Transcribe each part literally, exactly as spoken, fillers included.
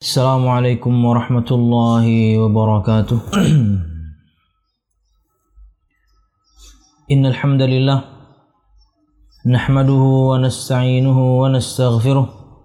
Assalamualaikum warahmatullahi wabarakatuh. Innal hamdalillah nahmaduhu wa nasta'inuhu wa nastaghfiruh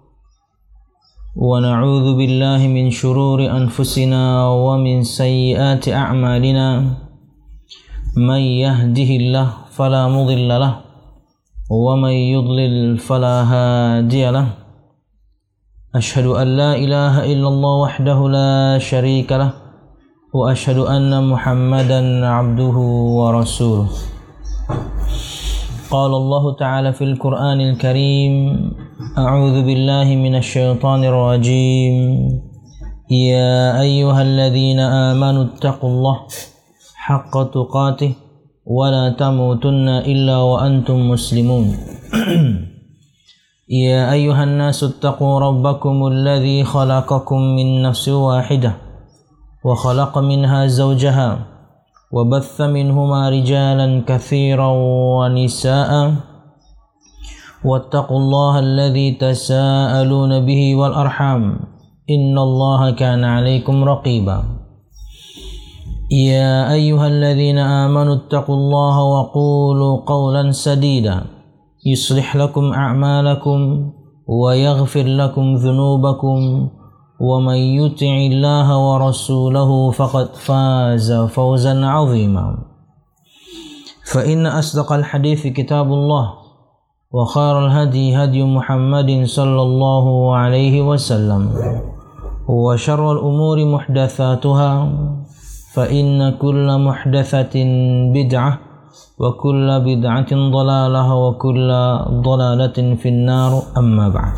wa na'udzu billahi min shururi anfusina wa min sayyiati a'malina. May yahdihillahu fala mudilla lahu wa may yudlil fala hadiya lahu. Ashhadu an la ilaha illallah wahdahu la syarika lah wa ashhadu anna Muhammadan abduhu wa rasuluh. Qala Allah ta'ala fil Qur'anil Karim, a'udzu billahi minasy syaithanir rajim. Ya ayyuhalladzina amanu taqullaha haqqa tuqatih wa la tamutunna illa wa antum muslimun. يا أيها الناس اتقوا ربكم الذي خلقكم من نفس واحدة وخلق منها زوجها وبث منهما رجالا كثيرا ونساء واتقوا الله الذي تساءلون به والأرحام إن الله كان عليكم رقيبا يا أيها الذين آمنوا اتقوا الله وقولوا قولا سديدا يصلح لكم أعمالكم ويغفر لكم ذنوبكم ومن يطع الله ورسوله فقد فاز فوزا عظيما فإن أصدق الحديث كتاب الله وخير الهدي هدي محمد صلى الله عليه وسلم وشر الأمور محدثاتها فإن كل محدثة بدعة وكل بدعة ضلالة وكل ضلالة في النار أما بعد.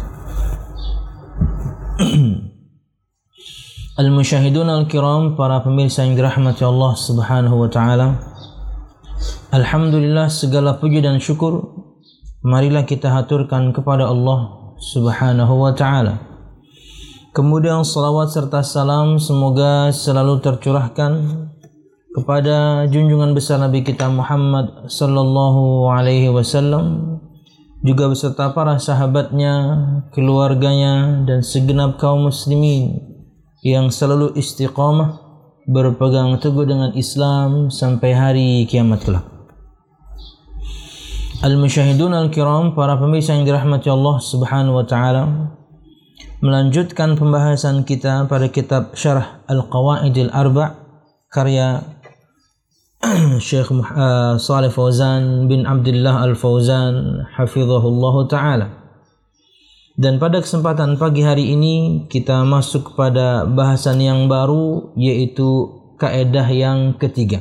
Al-musyahidun al-kiram, para pemirsa yang dirahmati Allah Subhanahu wa taala. Alhamdulillah, segala puji dan syukur marilah kita haturkan kepada Allah Subhanahu wa taala. Kemudian salawat serta salam semoga selalu tercurahkan kepada junjungan besar Nabi kita Muhammad sallallahu alaihi wasallam, juga beserta para sahabatnya, keluarganya, dan segenap kaum muslimin yang selalu istiqamah berpegang teguh dengan Islam sampai hari kiamat kelak. Al-musyahidun al-kiram, para pemirsa yang dirahmati Allah Subhanahu wa taala, melanjutkan pembahasan kita pada kitab Syarah Al-Qawaidil Arba' karya Syekh uh, Shalih Fauzan bin Abdullah Al-Fauzan hafizahullah ta'ala. Dan pada kesempatan pagi hari ini kita masuk kepada bahasan yang baru, yaitu kaidah yang ketiga.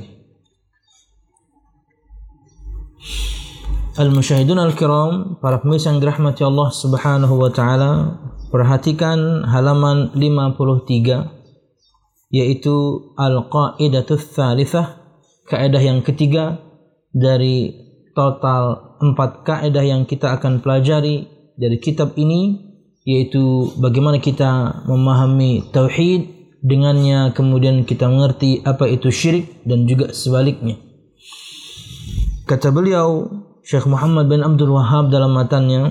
Al-musyahidun al-kiram, para pemirsa yang dirahmati Allah Subhanahu wa ta'ala, perhatikan halaman lima puluh tiga, yaitu al-qaidatus tsalitsah, kaidah yang ketiga dari total empat kaidah yang kita akan pelajari dari kitab ini, yaitu bagaimana kita memahami tauhid, dengannya kemudian kita mengerti apa itu syirik dan juga sebaliknya. Kata beliau Syekh Muhammad bin Abdul Wahhab dalam matannya,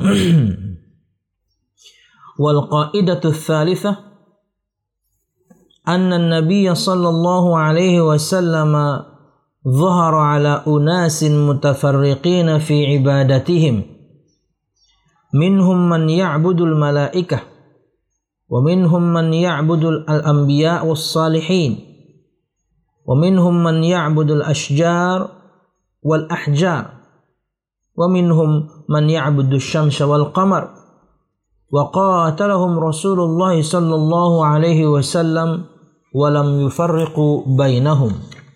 wal qaidatus tsalitsah anna an-nabiy sallallahu alaihi wasallam ظهر على أناس متفرقين في عبادتهم منهم من يعبد الملائكة ومنهم من يعبد الأنبياء والصالحين ومنهم من يعبد الأشجار والأحجار ومنهم من يعبد الشمس والقمر وقاتلهم رسول الله صلى الله عليه وسلم ولم يفرق بينهم.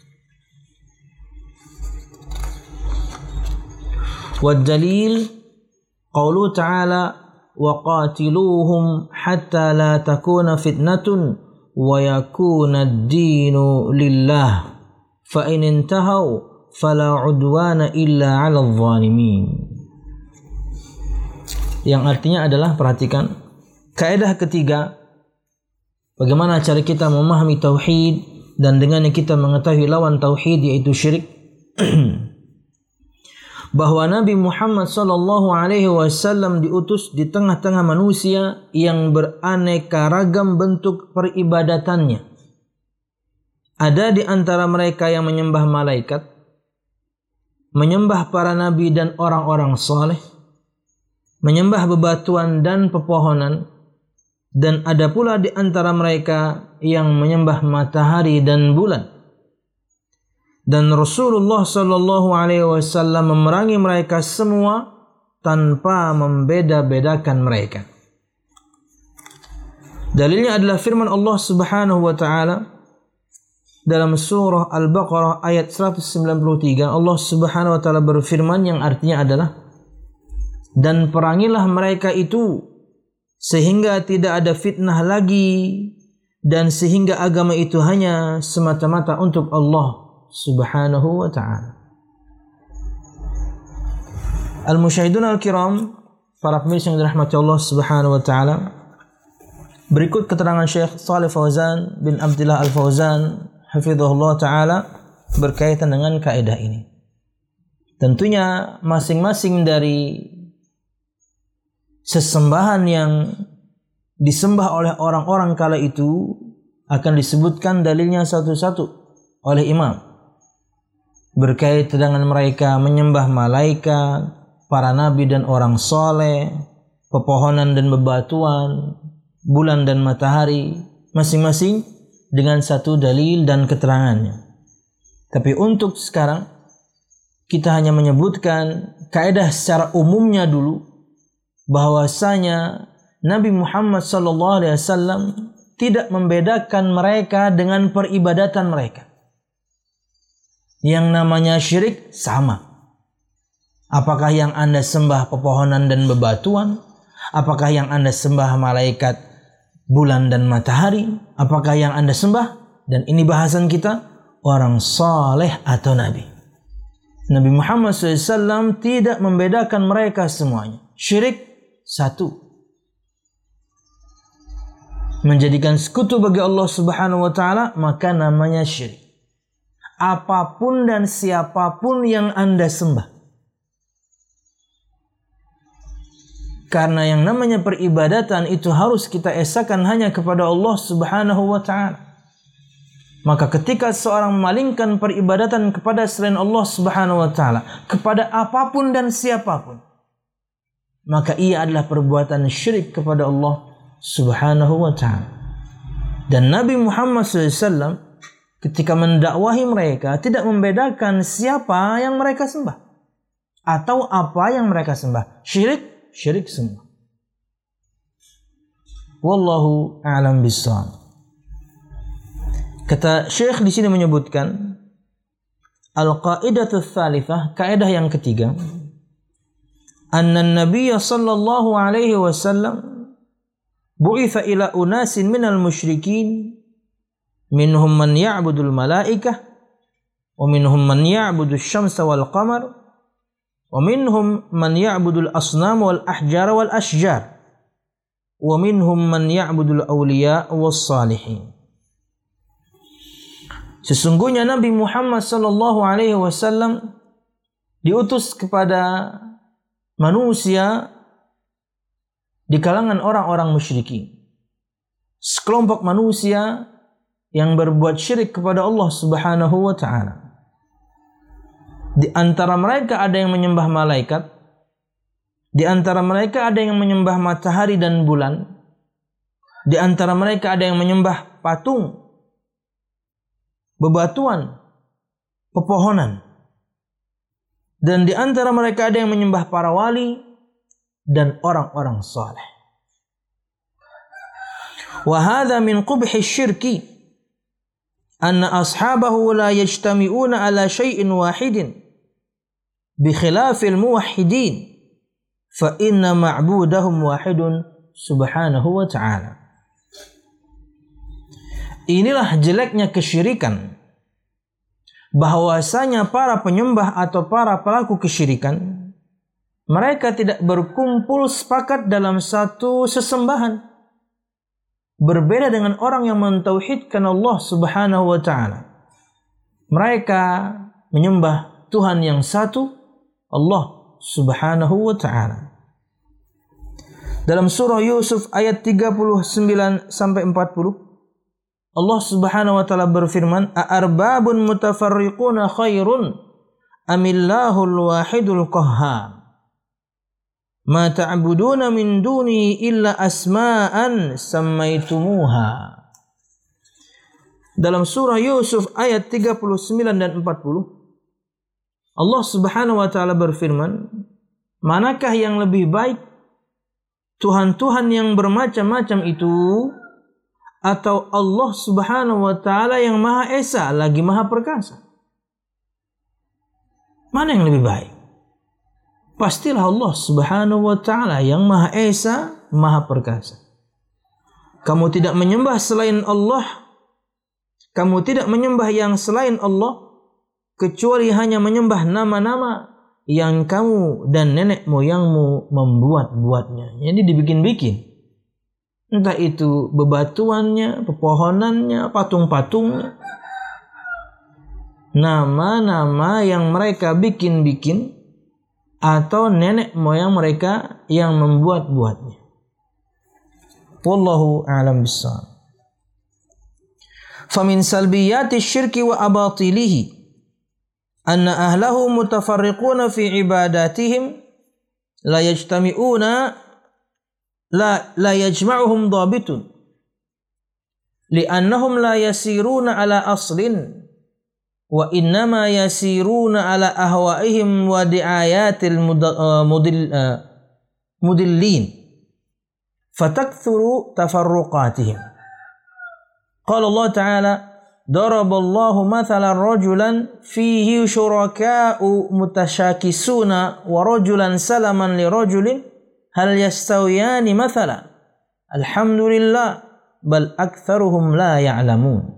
والدليل قوله تعالى وقاتلوهم حتى لا تكون فتنة ويكون الدين لله فإن انتهوا فلا عدوان إلا على الظالمين. Yang artinya adalah, perhatikan kaidah ketiga, bagaimana cara kita memahami tauhid dan dengannya kita mengetahui lawan tauhid, yaitu syirik. bahwa Nabi Muhammad sallallahu alaihi wasallam diutus di tengah-tengah manusia yang beraneka ragam bentuk peribadatannya. Ada di antara mereka yang menyembah malaikat, menyembah para nabi dan orang-orang saleh, menyembah bebatuan dan pepohonan, dan ada pula di antara mereka yang menyembah matahari dan bulan. Dan Rasulullah sallallahu alaihi wasallam memerangi mereka semua tanpa membeda-bedakan mereka. Dalilnya adalah firman Allah Subhanahu wa taala dalam surah Al-Baqarah ayat seratus sembilan puluh tiga. Allah Subhanahu wa taala berfirman yang artinya adalah, dan perangilah mereka itu sehingga tidak ada fitnah lagi, dan sehingga agama itu hanya semata-mata untuk Allah Subhanahu wa ta'ala. Al-musyahidun al-kiram, para pemirsa yang dirahmati Allah Subhanahu wa ta'ala, berikut keterangan Syekh Shalih Fauzan bin Abdullah Al-Fauzan hafizahullah ta'ala berkaitan dengan kaidah ini. Tentunya masing-masing dari sesembahan yang disembah oleh orang-orang kala itu akan disebutkan dalilnya satu-satu oleh imam. Berkait dengan mereka menyembah malaikat, para nabi dan orang soleh, pepohonan dan bebatuan, bulan dan matahari, masing-masing dengan satu dalil dan keterangannya. Tapi untuk sekarang kita hanya menyebutkan kaidah secara umumnya dulu, bahwasanya Nabi Muhammad sallallahu alaihi wasallam tidak membedakan mereka dengan peribadatan mereka. Yang namanya syirik sama. Apakah yang Anda sembah pepohonan dan bebatuan? Apakah yang Anda sembah malaikat, bulan dan matahari? Apakah yang Anda sembah? Dan ini bahasan kita, orang saleh atau nabi. Nabi Muhammad shallallahu alaihi wasallam tidak membedakan mereka semuanya. Syirik satu. Menjadikan sekutu bagi Allah Subhanahu wa taala, maka namanya syirik. Apapun dan siapapun yang Anda sembah. Karena yang namanya peribadatan itu harus kita esakan hanya kepada Allah Subhanahu wa ta'ala. Maka ketika seorang memalingkan peribadatan kepada selain Allah Subhanahu wa ta'ala, kepada apapun dan siapapun, maka ia adalah perbuatan syirik kepada Allah Subhanahu wa ta'ala. Dan Nabi Muhammad shallallahu alaihi wasallam ketika mendakwahi mereka tidak membedakan siapa yang mereka sembah atau apa yang mereka sembah. Syirik, syirik semua. Wallahu a'lam bishawab. Kata Syekh di sini menyebutkan al-qaidatu tsalitsah, kaidah yang ketiga, anna an-nabiy sallallahu alaihi wasallam bu'itsa ila unasin minal musyrikin minhum man ya'budul malaikah wa minhum man ya'budul syamsa wal qamar wa minhum man ya'budul asnam wal ahjar wal ashjar wa minhum man ya'budul awliya was salihin. Sesungguhnya Nabi Muhammad sallallahu alaihi wasallam diutus kepada manusia di kalangan orang-orang musyrikin, sekelompok manusia yang berbuat syirik kepada Allah Subhanahu wa ta'ala. Di antara mereka ada yang menyembah malaikat, di antara mereka ada yang menyembah matahari dan bulan, di antara mereka ada yang menyembah patung, bebatuan, pepohonan, dan di antara mereka ada yang menyembah para wali dan orang-orang saleh. Wa hadza min qubhi syirki anna ashabahu la yajtami'una ala syai'in wahidin bi khilafil muwahhidin fa inna ma'budahum wahidun subhanahu wa ta'ala. Inilah jeleknya kesyirikan, bahwasanya para penyembah atau para pelaku kesyirikan, mereka tidak berkumpul sepakat dalam satu sesembahan. Berbeda dengan orang yang mentauhidkan Allah Subhanahu wa ta'ala. Mereka menyembah Tuhan yang satu Allah Subhanahu wa ta'ala. Dalam surah Yusuf ayat tiga puluh sembilan sampai empat puluh, Allah Subhanahu wa ta'ala berfirman, "A'arbabun mutafarriquna khairun amillahul wahidul qahhar. Ma ta'buduna min duni illa asma'an sammaitumuha." Dalam surah Yusuf ayat tiga puluh sembilan dan empat puluh, Allah Subhanahu wa ta'ala berfirman, manakah yang lebih baik, Tuhan-Tuhan yang bermacam-macam itu, atau Allah Subhanahu wa ta'ala yang Maha Esa lagi Maha Perkasa? Mana yang lebih baik? Pastilah Allah Subhanahu wa ta'ala yang Maha Esa, Maha Perkasa. Kamu tidak menyembah selain Allah, kamu tidak menyembah yang selain Allah, kecuali hanya menyembah nama-nama yang kamu dan nenek moyangmu membuat-buatnya. Jadi dibikin-bikin. Entah itu bebatuannya, pepohonannya, patung-patungnya. Nama-nama yang mereka bikin-bikin atau nenek moyang mereka yang membuat-buatnya. Wallahu a'lam bissawab. Famin salbiyati syirki wa abatilihi anna ahlahu mutafarriquna fi ibadatihim la yajtami'una la la yajma'uhum dhabitun li'annahum la yasiruna ala aslin wa innama yasiruna ala ahwa'ihim wa di'ayatil mudil mudillin fatakthuru tafarruqatihim. Qala Allah Ta'ala, daraballahu mathalan rajulan fihi syuraka'u mutasyakisuna wa rajulan salaman li rajulin hal yastawiyani mathala. Alhamdulillah bal aktsaruhum la ya'lamun.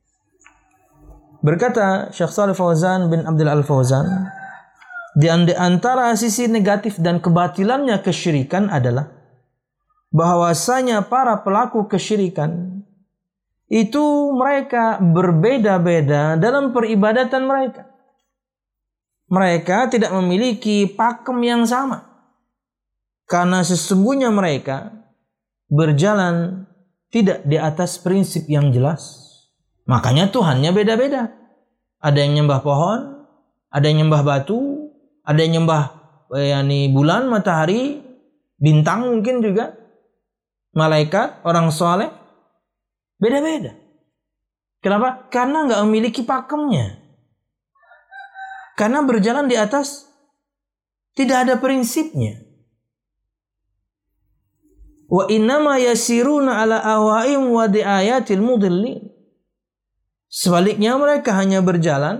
Berkata Syekh Shalih Fauzan bin Abdul Al-Fauzan, di antara sisi negatif dan kebatilannya kesyirikan adalah bahwasanya para pelaku kesyirikan itu mereka berbeda-beda dalam peribadatan mereka. Mereka tidak memiliki pakem yang sama. Karena sesungguhnya mereka berjalan tidak di atas prinsip yang jelas. Makanya Tuhannya beda-beda. Ada yang nyembah pohon, ada yang nyembah batu, ada yang nyembah yani bulan, matahari, bintang mungkin juga, malaikat, orang soleh. Beda-beda. Kenapa? Karena nggak memiliki pakemnya. Karena berjalan di atas tidak ada prinsipnya. Wa innama yasiruna ala ahwa'im wa di'ayatil mudillin. Sebaliknya mereka hanya berjalan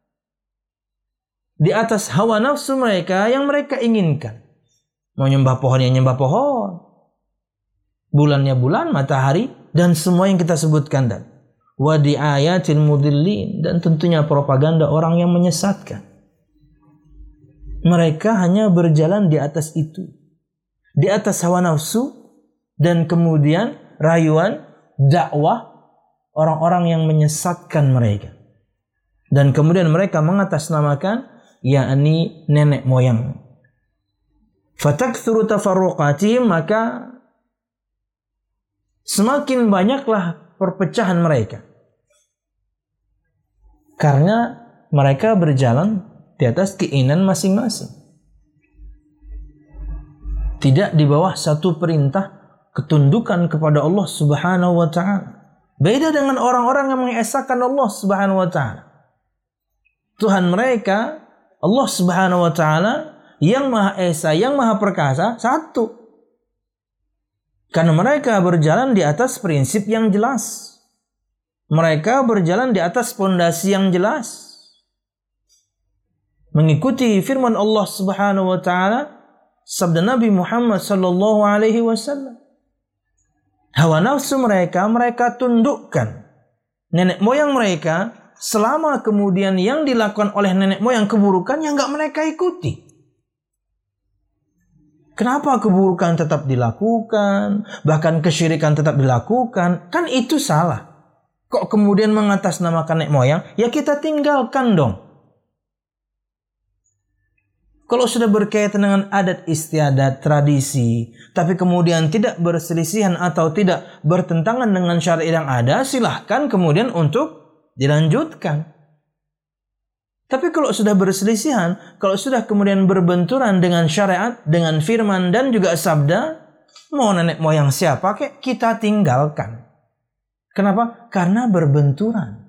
di atas hawa nafsu mereka yang mereka inginkan. Mau nyembah pohon yang nyembah pohon, bulannya bulan, matahari, dan semua yang kita sebutkan, dan wa di'ayatil mudillin, dan tentunya propaganda orang yang menyesatkan. Mereka hanya berjalan di atas itu, di atas hawa nafsu, dan kemudian rayuan dakwah orang-orang yang menyesatkan mereka. Dan kemudian mereka mengatasnamakan yakni nenek moyang. Fatakthuru tafarruqatihim, maka semakin banyaklah perpecahan mereka. Karena mereka berjalan di atas keinginan masing-masing. Tidak di bawah satu perintah ketundukan kepada Allah Subhanahu wa ta'ala. Beda dengan orang-orang yang mengesahkan Allah Subhanahu wa ta'ala. Tuhan mereka, Allah Subhanahu wa ta'ala, yang Maha Esa, yang Maha Perkasa, satu. Karena mereka berjalan di atas prinsip yang jelas. Mereka berjalan di atas pondasi yang jelas. Mengikuti firman Allah Subhanahu wa ta'ala, sabda Nabi Muhammad sallallahu alaihi wasallam. Hawa nafsu mereka, mereka tundukkan. Nenek moyang mereka, selama kemudian yang dilakukan oleh nenek moyang keburukan, yang enggak mereka ikuti. Kenapa keburukan tetap dilakukan, bahkan kesyirikan tetap dilakukan? Kan itu salah. Kok kemudian mengatasnamakan nenek moyang? Ya kita tinggalkan dong. Kalau sudah berkaitan dengan adat istiadat, tradisi, tapi kemudian tidak berselisihan atau tidak bertentangan dengan syariat yang ada, silahkan kemudian untuk dilanjutkan. Tapi kalau sudah berselisihan, kalau sudah kemudian berbenturan dengan syariat, dengan firman dan juga sabda, mau nenek moyang siapa kek, kita tinggalkan. Kenapa? Karena berbenturan.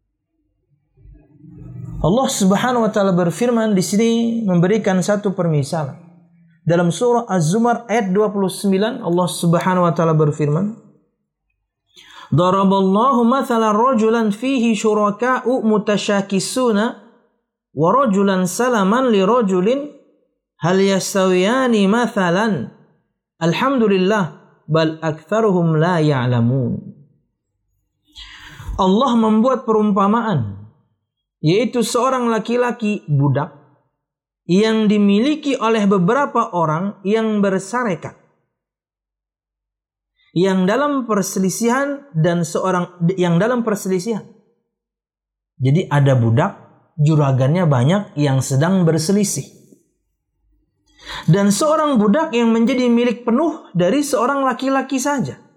Allah Subhanahu wa taala berfirman di sini memberikan satu permisalan. Dalam surah Az-Zumar ayat dua puluh sembilan Allah Subhanahu wa taala berfirman, "Daraballahu mathalan rajulan fihi syuraka'u mutasyakisuna wa rajulan salaman li rajulin hal yastawiyani mathalan alhamdulillah bal aktsaruhum la ya'lamun." Allah membuat perumpamaan, yaitu seorang laki-laki budak yang dimiliki oleh beberapa orang yang bersarekat, yang dalam perselisihan dan seorang yang dalam perselisihan. Jadi ada budak, juragannya banyak yang sedang berselisih. Dan seorang budak yang menjadi milik penuh dari seorang laki-laki saja.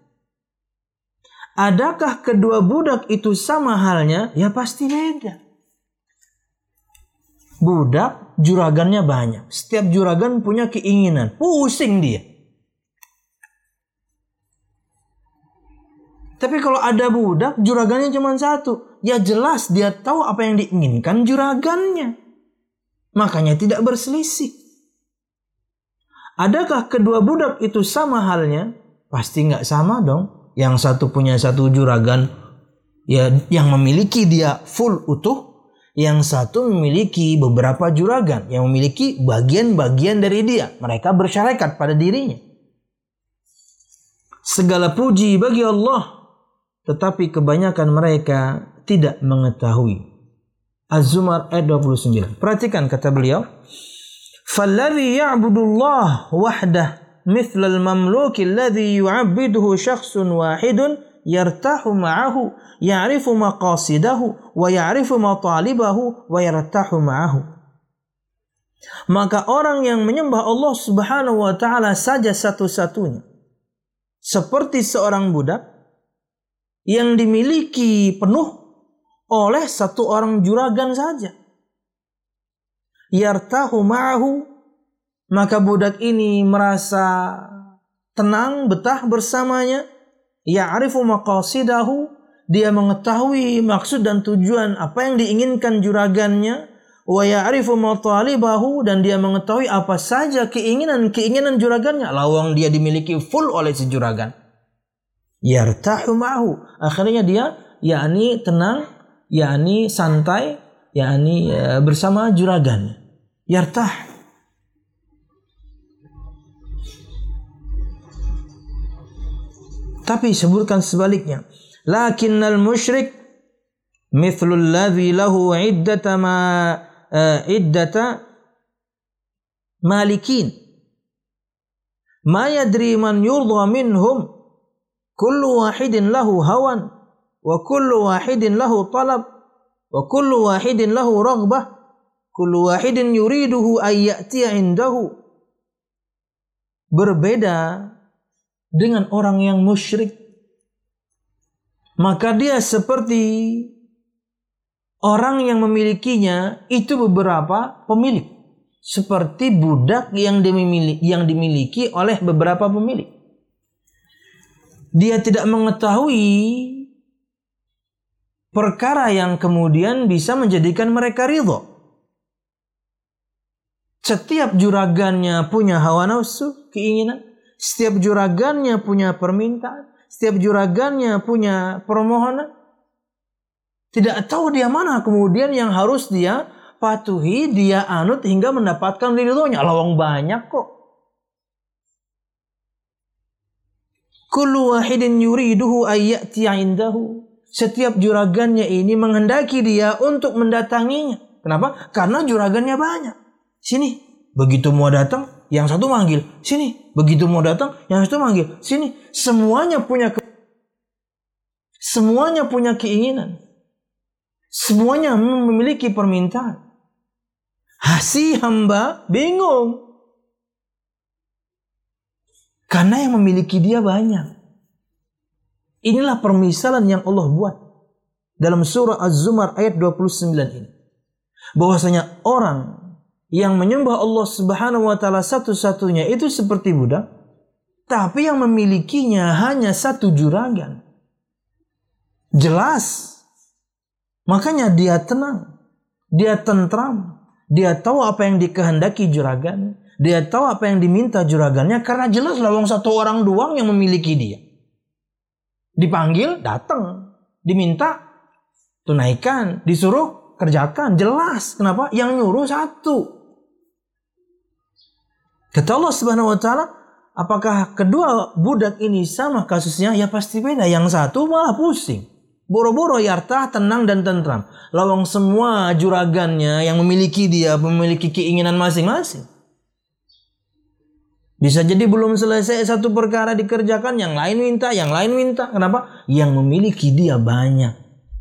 Adakah kedua budak itu sama halnya? Ya pasti beda. Budak juragannya banyak. Setiap juragan punya keinginan. Pusing dia. Tapi kalau ada budak juragannya cuma satu, ya jelas dia tahu apa yang diinginkan juragannya. Makanya tidak berselisih. Adakah kedua budak itu sama halnya? Pasti nggak sama dong. Yang satu punya satu juragan ya yang memiliki dia full utuh, yang satu memiliki beberapa juragan yang memiliki bagian-bagian dari dia. Mereka bersyarekat pada dirinya. Segala puji bagi Allah, tetapi kebanyakan mereka tidak mengetahui. Az-Zumar ayat dua puluh sembilan. Perhatikan kata beliau, "Falladhi ya'budullah wahdah مثل المملوك الذي يعبده شخص واحد يرتاح معه يعرف مقاصده ويعرف مطالبه ويرتاح معه." Maka orang yang menyembah Allah Subhanahu wa taala saja satu-satunya, seperti seorang budak yang dimiliki penuh oleh satu orang juragan saja. Yartahu ma'ahu, maka budak ini merasa tenang, betah bersamanya. Ya'rifu maqasidahu, dia mengetahui maksud dan tujuan apa yang diinginkan juragannya. Wa ya'rifu matalibahu, dan dia mengetahui apa saja keinginan-keinginan juragannya. Lawang dia dimiliki full oleh si juragan. Yartahu ma'ahu, akhirnya dia yakni tenang, yakni santai, yakni ya, bersama juragannya. Yartah. Tapi sebutkan sebaliknya. Lakinnal musyrik mithlul ladzi lahu iddata ma uh, iddata malikin. Ma yadri man yurda minhum. Kullu wahidin lahu hawan wa kullu wahidin lahu talab wa kullu wahidin lahu raghbah. Kullu wahidin yuriduhu ay ya'tiya indahu. Berbeda dengan orang yang musyrik, maka dia seperti orang yang memilikinya itu beberapa pemilik, seperti budak yang dimiliki, yang dimiliki oleh beberapa pemilik. Dia tidak mengetahui perkara yang kemudian bisa menjadikan mereka ridha. Setiap juragannya punya hawa nafsu, keinginan. Setiap juragannya punya permintaan. Setiap juragannya punya permohonan. Tidak tahu dia mana kemudian yang harus dia patuhi, dia anut hingga mendapatkan ridhonya. Lawang banyak kok. Kullu wahidin yuriduhu ayyatiya indahu. Setiap juragannya ini menghendaki dia untuk mendatanginya. Kenapa? Karena juragannya banyak. Sini, begitu mau datang, yang satu manggil, sini. Begitu mau datang, yang satu manggil, sini. Semuanya punya ke... Semuanya punya keinginan. Semuanya memiliki permintaan. Si hamba bingung. Karena yang memiliki dia banyak. Inilah permisalan yang Allah buat dalam surah Az-Zumar ayat dua puluh sembilan ini. Bahwasanya orang yang menyembah Allah Subhanahu wa taala satu-satunya itu seperti budak, tapi yang memilikinya hanya satu juragan. Jelas. Makanya dia tenang, dia tentram, dia tahu apa yang dikehendaki juragan, dia tahu apa yang diminta juragannya, karena jelas lawang satu orang doang yang memiliki dia. Dipanggil, datang, diminta, tunaikan, disuruh, kerjakan, jelas. Kenapa? Yang nyuruh satu. Kata Allah Subhanahu wa taala, apakah kedua budak ini sama kasusnya? Ya pasti beda. Yang satu malah pusing. Boro-boro yartah, tenang dan tentram. Lawang semua juragannya yang memiliki dia, memiliki keinginan masing-masing. Bisa jadi belum selesai satu perkara dikerjakan, yang lain minta, yang lain minta. Kenapa? Yang memiliki dia banyak.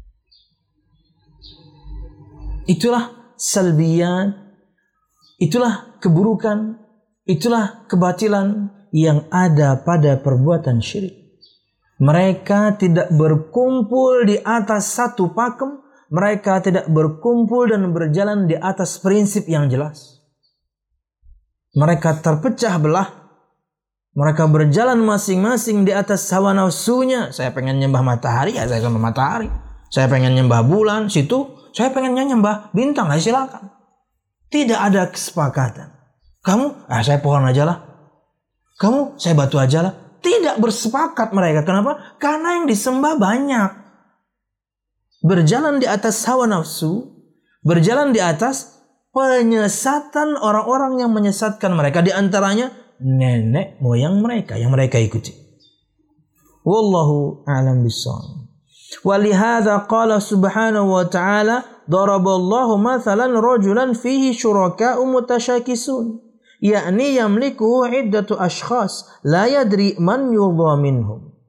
Itulah salbiyat, itulah keburukan, itulah kebatilan yang ada pada perbuatan syirik. Mereka tidak berkumpul di atas satu pakem. Mereka tidak berkumpul dan berjalan di atas prinsip yang jelas. Mereka terpecah belah. Mereka berjalan masing-masing di atas hawa nafsunya. Saya pengen nyembah matahari, ya saya nyembah matahari. Saya pengen nyembah bulan, situ. Saya pengen nyembah bintang, ya silakan. Tidak ada kesepakatan. Kamu, ah saya pohon aja lah. Kamu, saya batu aja lah. Tidak bersepakat mereka. Kenapa? Karena yang disembah banyak. Berjalan di atas hawa nafsu. Berjalan di atas penyesatan orang-orang yang menyesatkan mereka. Di antaranya nenek moyang mereka yang mereka ikuti. Wallahu a'lam bishawab. Walihada qala subhanahu wa ta'ala daraballahu mathalan rajulan fihi syuraka'u mutasyakisun. Yakni yamliku iddatu ashkhas la yadri man yudha minhum.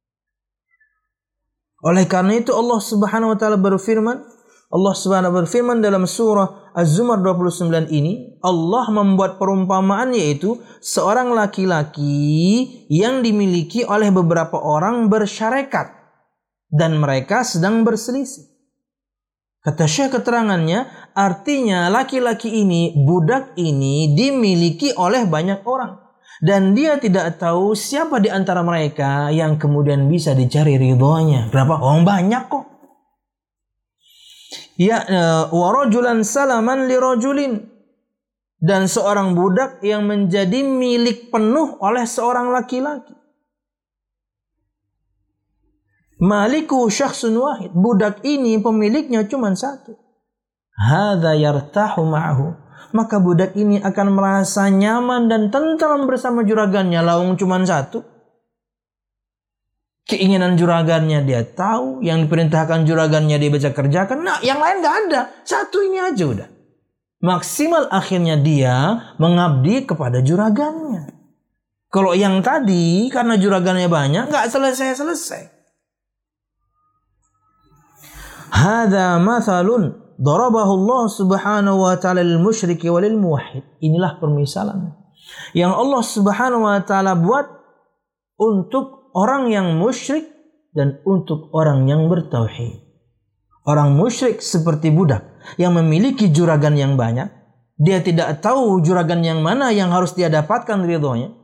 Oleh karena itu Allah Subhanahu wa taala berfirman, Allah Subhanahu wa taala berfirman dalam surah Az-Zumar dua puluh sembilan ini, Allah membuat perumpamaan yaitu seorang laki-laki yang dimiliki oleh beberapa orang bersyarekat dan mereka sedang berselisih. Kata Syekh keterangannya, artinya laki-laki ini, budak ini dimiliki oleh banyak orang. Dan dia tidak tahu siapa di antara mereka yang kemudian bisa dicari ridhonya. Berapa? Orang banyak kok. Ya, wa rajulan salaman li rajulin. Dan seorang budak yang menjadi milik penuh oleh seorang laki-laki. Maliku syakhsun wahid. Budak ini pemiliknya cuma satu. Hadza yartahu ma'ahu. Maka budak ini akan merasa nyaman dan tentram bersama juragannya. Lawang cuma satu. Keinginan juragannya dia tahu. Yang diperintahkan juragannya dia bisa kerjakan. Nah, yang lain gak ada. Satu ini aja udah. Maksimal akhirnya dia mengabdi kepada juragannya. Kalau yang tadi karena juragannya banyak gak selesai-selesai. Hadza mathalun darabahu Allah Subhanahu wa taala lil musyriki walil muwahhid. Inilah permisalan yang Allah Subhanahu wa taala buat untuk orang yang musyrik dan untuk orang yang bertauhid. Orang musyrik seperti budak yang memiliki juragan yang banyak, dia tidak tahu juragan yang mana yang harus dia dapatkan ridhonya.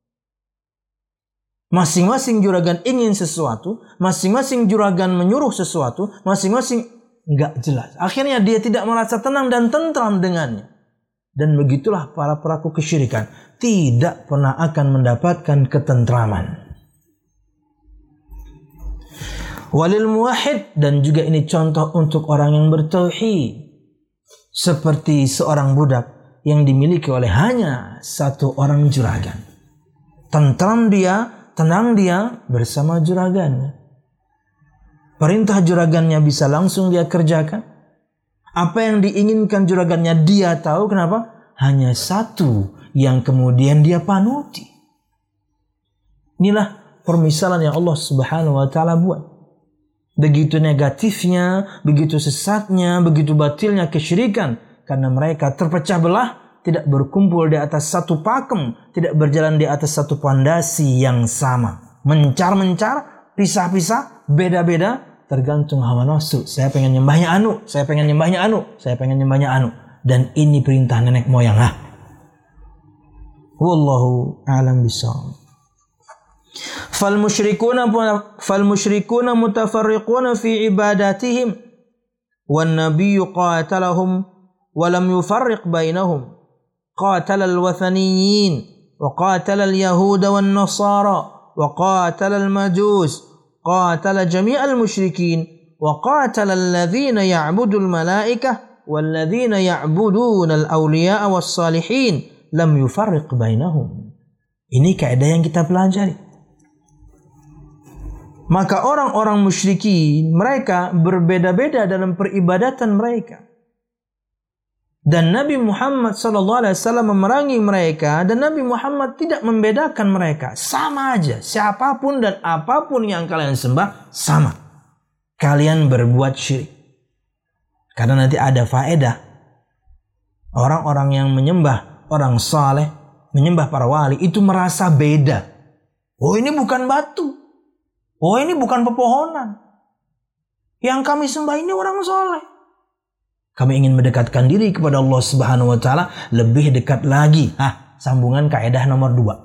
Masing-masing juragan ingin sesuatu, masing-masing juragan menyuruh sesuatu, masing-masing enggak jelas. Akhirnya dia tidak merasa tenang dan tentram dengannya. Dan begitulah para pelaku kesyirikan, tidak pernah akan mendapatkan ketentraman. Walil muwahhid, dan juga ini contoh untuk orang yang bertauhid. Seperti seorang budak yang dimiliki oleh hanya satu orang juragan. Tentram dia, tenang dia bersama juragannya. Perintah juragannya bisa langsung dia kerjakan. Apa yang diinginkan juragannya dia tahu. Kenapa? Hanya satu yang kemudian dia panuti. Inilah permisalan yang Allah Subhanahu wa taala buat. Begitu negatifnya, begitu sesatnya, begitu batilnya kesyirikan. Karena mereka terpecah belah, tidak berkumpul di atas satu pakem, tidak berjalan di atas satu pondasi yang sama. Mencar-mencar, pisah-pisah, beda-beda, tergantung hawa nafsu. Saya pengen nyembahnya anu, saya pengen nyembahnya anu, saya pengen nyembahnya anu. Dan ini perintah nenek moyang. Ah. Wallahu a'lam bishawab. Fal musyrikuna fal musyrikuna mutafarriquna fi ibadatihim wan nabiyyu qatalahum wa lam yufarriq bainahum. Qatala al-wathaniyyin wa qatala al-yahuda wan nasara wa qatala al-majus qatala jami' al-musyrikin wa qatala alladhina ya'budu al-malaikah walladhina ya'buduna al-awliya'a was-salihin lam yufarriq bainahum. Ini kaidah yang kita pelajari. Maka orang-orang musyrikin mereka berbeda-beda dalam peribadatan mereka. Dan Nabi Muhammad sallallahu alaihi wasallam memerangi mereka dan Nabi Muhammad tidak membedakan mereka. Sama aja, siapapun dan apapun yang kalian sembah sama. Kalian berbuat syirik. Karena nanti ada faedah. Orang-orang yang menyembah orang saleh, menyembah para wali itu merasa beda. Oh, ini bukan batu. Oh, ini bukan pepohonan. Yang kami sembah ini orang soleh. Kami ingin mendekatkan diri kepada Allah Subhanahu wa taala lebih dekat lagi. Hah, sambungan kaidah nomor dua.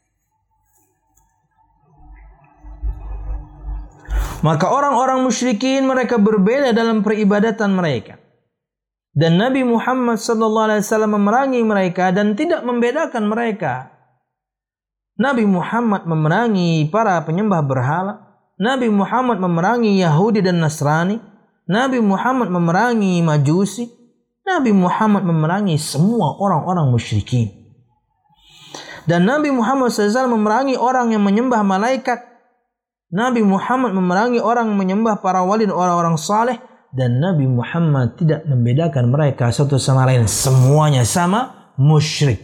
Maka orang-orang musyrikin mereka berbeda dalam peribadatan mereka. Dan Nabi Muhammad sallallahu alaihi wasallam memerangi mereka dan tidak membedakan mereka. Nabi Muhammad memerangi para penyembah berhala. Nabi Muhammad memerangi Yahudi dan Nasrani. Nabi Muhammad memerangi Majusi. Nabi Muhammad memerangi semua orang-orang musyrikin. Dan Nabi Muhammad sallallahu alaihi wasallam memerangi orang yang menyembah malaikat. Nabi Muhammad memerangi orang yang menyembah para wali dan orang-orang saleh. Dan Nabi Muhammad tidak membedakan mereka satu sama lain. Semuanya sama, musyrik.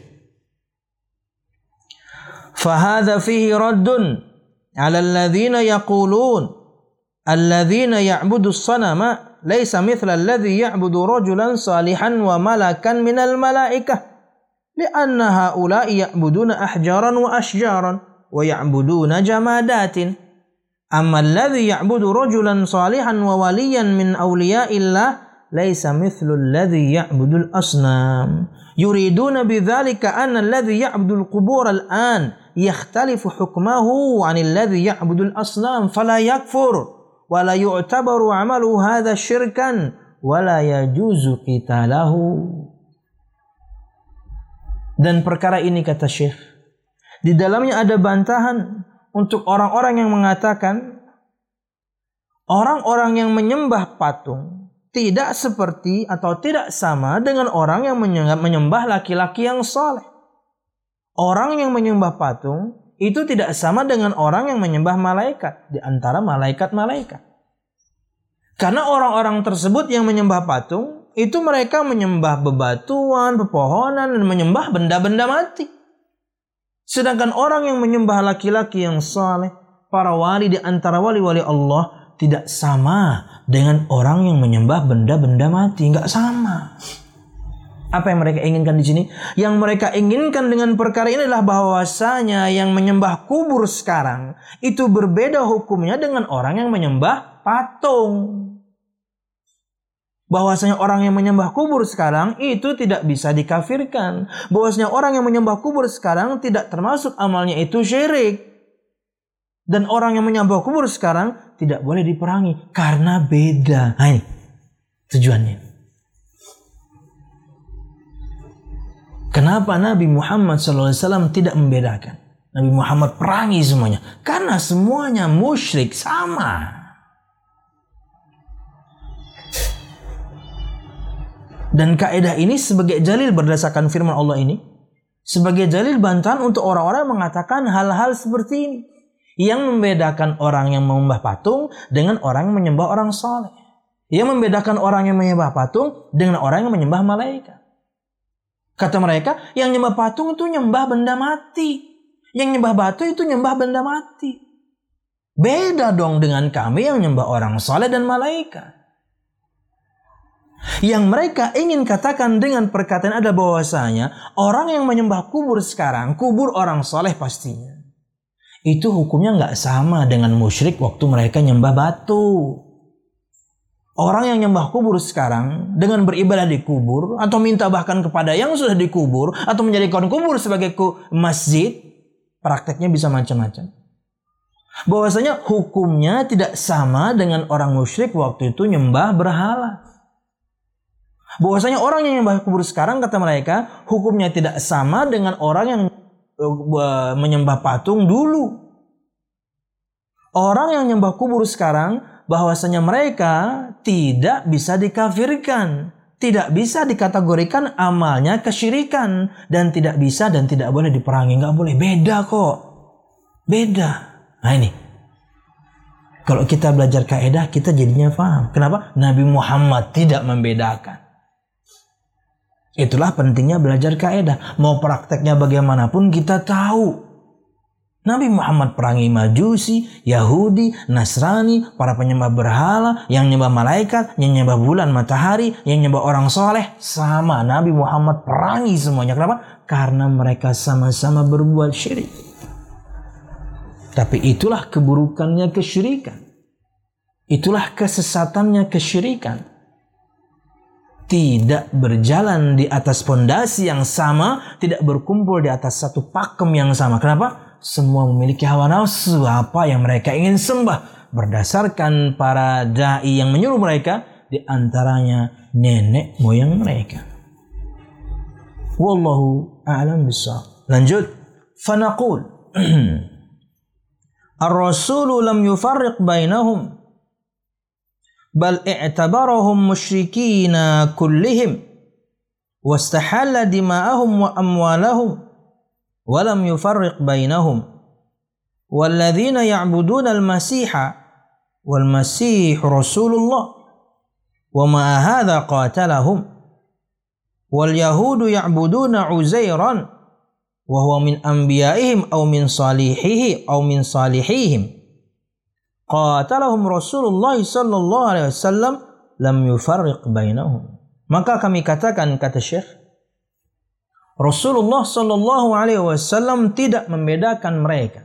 Fahadha fihi raddun ala alladhina yaqulun alladhina ya'budu as-sanama laysa mithla alladhi ya'budu rajulan salihan wa malakan minal malaikah li'anna haula'i ya'buduna ahjaran wa ashjaran wa ya'buduna jamadatin amma alladhi ya'budu rajulan salihan wa waliyan min awliya'illah laysa mithlu alladhi ya'budu al-asnam yuriduna bidzalika anna alladhi ya'budu al-qubur al-an yakhtalifu hukmahu 'anil ladzi ya'budu al-asnam fala yakfur wa la yu'tabaru 'amalu hadha syirkan wa la yajuzu qitalahu. Dan perkara ini kata Syekh, di dalamnya ada bantahan untuk orang-orang yang mengatakan orang-orang yang menyembah patung tidak seperti atau tidak sama dengan orang yang menyembah laki-laki yang saleh. Orang yang menyembah patung itu tidak sama dengan orang yang menyembah malaikat di antara malaikat-malaikat. Karena orang-orang tersebut yang menyembah patung itu mereka menyembah bebatuan, pepohonan dan menyembah benda-benda mati. Sedangkan orang yang menyembah laki-laki yang saleh, para wali di antara wali-wali Allah tidak sama dengan orang yang menyembah benda-benda mati, enggak sama. Apa yang mereka inginkan di sini? Yang mereka inginkan dengan perkara ini adalah bahwasanya yang menyembah kubur sekarang itu berbeda hukumnya dengan orang yang menyembah patung. Bahwasanya orang yang menyembah kubur sekarang itu tidak bisa dikafirkan. Bahwasanya orang yang menyembah kubur sekarang tidak termasuk amalnya itu syirik. Dan orang yang menyembah kubur sekarang tidak boleh diperangi karena beda. Nah, ini tujuannya. Kenapa Nabi Muhammad shallallahu alaihi wasallam tidak membedakan? Nabi Muhammad perangi semuanya. Karena semuanya musyrik sama. Dan kaidah ini sebagai dalil berdasarkan firman Allah ini. Sebagai dalil bantahan untuk orang-orang yang mengatakan hal-hal seperti ini. Yang membedakan orang yang menyembah patung dengan orang yang menyembah orang saleh. Yang membedakan orang yang menyembah patung dengan orang yang menyembah malaikat. Kata mereka, yang nyembah patung itu nyembah benda mati. Yang nyembah batu itu nyembah benda mati. Beda dong dengan kami yang nyembah orang saleh dan malaikat. Yang mereka ingin katakan dengan perkataan adalah bahwasanya orang yang menyembah kubur sekarang, kubur orang soleh pastinya, itu hukumnya nggak sama dengan musyrik waktu mereka nyembah batu. Orang yang nyembah kubur sekarang dengan beribadah di kubur atau minta bahkan kepada yang sudah dikubur atau menjadikan kubur sebagai masjid, prakteknya bisa macam-macam. Bahwasanya hukumnya tidak sama dengan orang musyrik waktu itu nyembah berhala. Bahwasanya orang yang nyembah kubur sekarang, kata mereka, hukumnya tidak sama dengan orang yang uh, menyembah patung dulu. Orang yang nyembah kubur sekarang, bahwasanya mereka tidak bisa dikafirkan, tidak bisa dikategorikan amalnya kesyirikan, dan tidak bisa dan tidak boleh diperangi. Nggak boleh, beda kok, beda. Nah ini, kalau kita belajar kaidah kita jadinya paham. Kenapa? Nabi Muhammad tidak membedakan. Itulah pentingnya belajar kaidah. Mau prakteknya bagaimanapun kita tahu. Nabi Muhammad perangi Majusi, Yahudi, Nasrani, para penyembah berhala, yang nyembah malaikat, yang nyembah bulan, matahari, yang nyembah orang soleh. Sama, Nabi Muhammad perangi semuanya. Kenapa? Karena mereka sama-sama berbuat syirik. Tapi itulah keburukannya kesyirikan. Itulah kesesatannya kesyirikan. Tidak berjalan di atas fondasi yang sama, tidak berkumpul di atas satu pakem yang sama. Kenapa? Semua memiliki hawa nafsu apa yang mereka ingin sembah berdasarkan para dai yang menyuruh mereka, di antaranya nenek moyang mereka. Wallahu a'lam bishawab. Lanjut, fanaqul ar-rasulu lam yufarriq bainahum bal i'tabarahum musyrikina kullihim wastahalla dima'ahum wa amwalahum wa lam yufarriq bainahum walladzina ya'buduna al-masiha wal masih rasulullah wa ma hadha qatalahum wal yahudu ya'buduna uzairan wa huwa min anbiya'ihim aw min salihihi aw min salihihim qatalahum Rasulullah sallallahu alaihi wasallam lam yufarriq bainahum. Maka kami katakan, kata Syekh, Rasulullah sallallahu alaihi wasallam tidak membedakan mereka.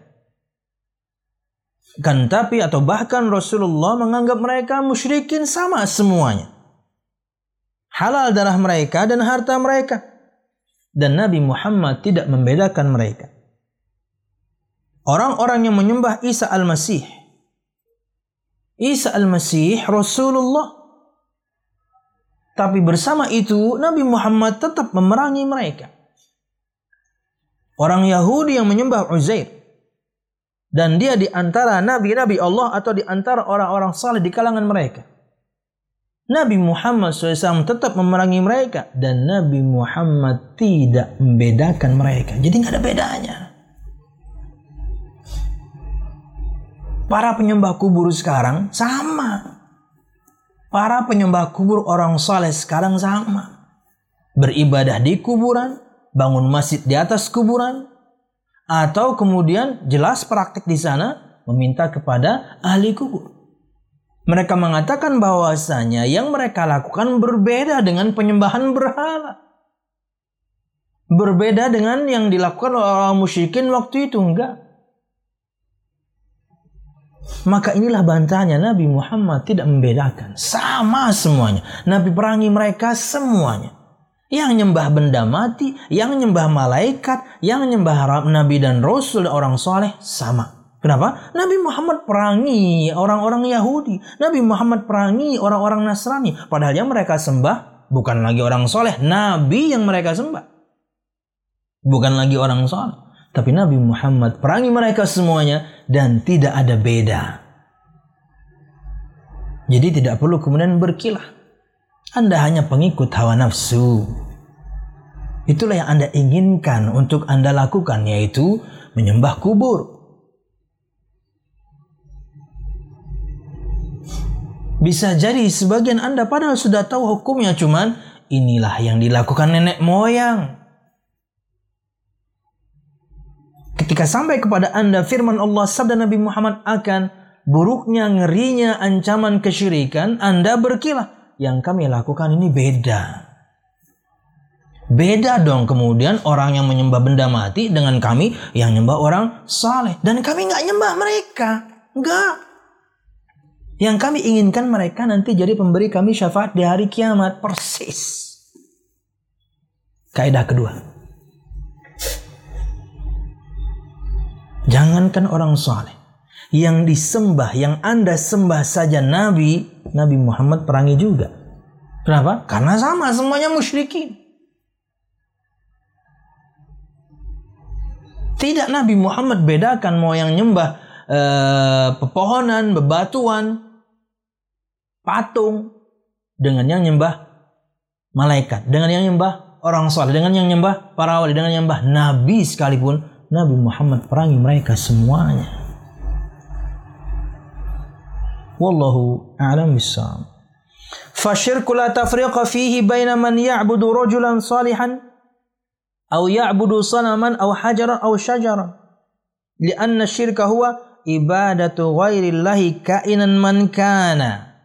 Kan tapi atau bahkan Rasulullah menganggap mereka musyrikin sama semuanya. Halal darah mereka dan harta mereka. Dan Nabi Muhammad tidak membedakan mereka. Orang-orang yang menyembah Isa al-Masih, Isa al-Masih Rasulullah. Tapi bersama itu Nabi Muhammad tetap memerangi mereka. Orang Yahudi yang menyembah Uzair, dan dia di antara nabi-nabi Allah atau di antara orang-orang saleh di kalangan mereka. Nabi Muhammad shallallahu alaihi wasallam tetap memerangi mereka, dan Nabi Muhammad tidak membedakan mereka. Jadi nggak ada bedanya. Para penyembah kubur sekarang sama. Para penyembah kubur orang saleh sekarang sama. Beribadah di kuburan, bangun masjid di atas kuburan, atau kemudian jelas praktik di sana meminta kepada ahli kubur. Mereka mengatakan bahwasanya yang mereka lakukan berbeda dengan penyembahan berhala. Berbeda dengan yang dilakukan oleh orang musyrikin waktu itu, enggak. Maka inilah bantahannya, Nabi Muhammad tidak membedakan. Sama semuanya. Nabi perangi mereka semuanya. Yang nyembah benda mati, yang nyembah malaikat, yang nyembah Nabi dan Rasul orang soleh, sama. Kenapa? Nabi Muhammad perangi orang-orang Yahudi. Nabi Muhammad perangi orang-orang Nasrani. Padahal yang mereka sembah bukan lagi orang soleh. Nabi yang mereka sembah bukan lagi orang soleh. Tapi Nabi Muhammad perangi mereka semuanya dan tidak ada beda. Jadi tidak perlu kemudian berkilah. Anda hanya pengikut hawa nafsu. Itulah yang Anda inginkan untuk Anda lakukan, yaitu menyembah kubur. Bisa jadi sebagian Anda padahal sudah tahu hukumnya, cuman inilah yang dilakukan nenek moyang. Ketika sampai kepada Anda firman Allah, sabda Nabi Muhammad akan buruknya, ngerinya, ancaman kesyirikan, Anda berkilah. yang kami lakukan ini beda. Beda dong kemudian orang yang menyembah benda mati dengan kami yang nyembah orang saleh. Dan kami nggak nyembah mereka. Nggak. Yang kami inginkan mereka nanti jadi pemberi kami syafaat di hari kiamat. Persis. Kaidah kedua. Jangankan orang saleh. Yang disembah, yang Anda sembah saja Nabi, Nabi Muhammad perangi juga. Kenapa? Karena sama, semuanya musyrikin. Tidak Nabi Muhammad bedakan mau yang nyembah eh, pepohonan, bebatuan, patung, dengan yang nyembah malaikat, dengan yang nyembah orang saleh, dengan yang nyembah para wali, dengan yang nyembah Nabi sekalipun, Nabi Muhammad perangi mereka semuanya. Wallahu a'lam bissawab. Fasyirku la tafriqa fihi baina man ya'budu rajulan salihan aw ya'budu sanaman aw hajaran aw syajaran. Lianna syirka huwa ibadatu ghairillahi kainan man kana.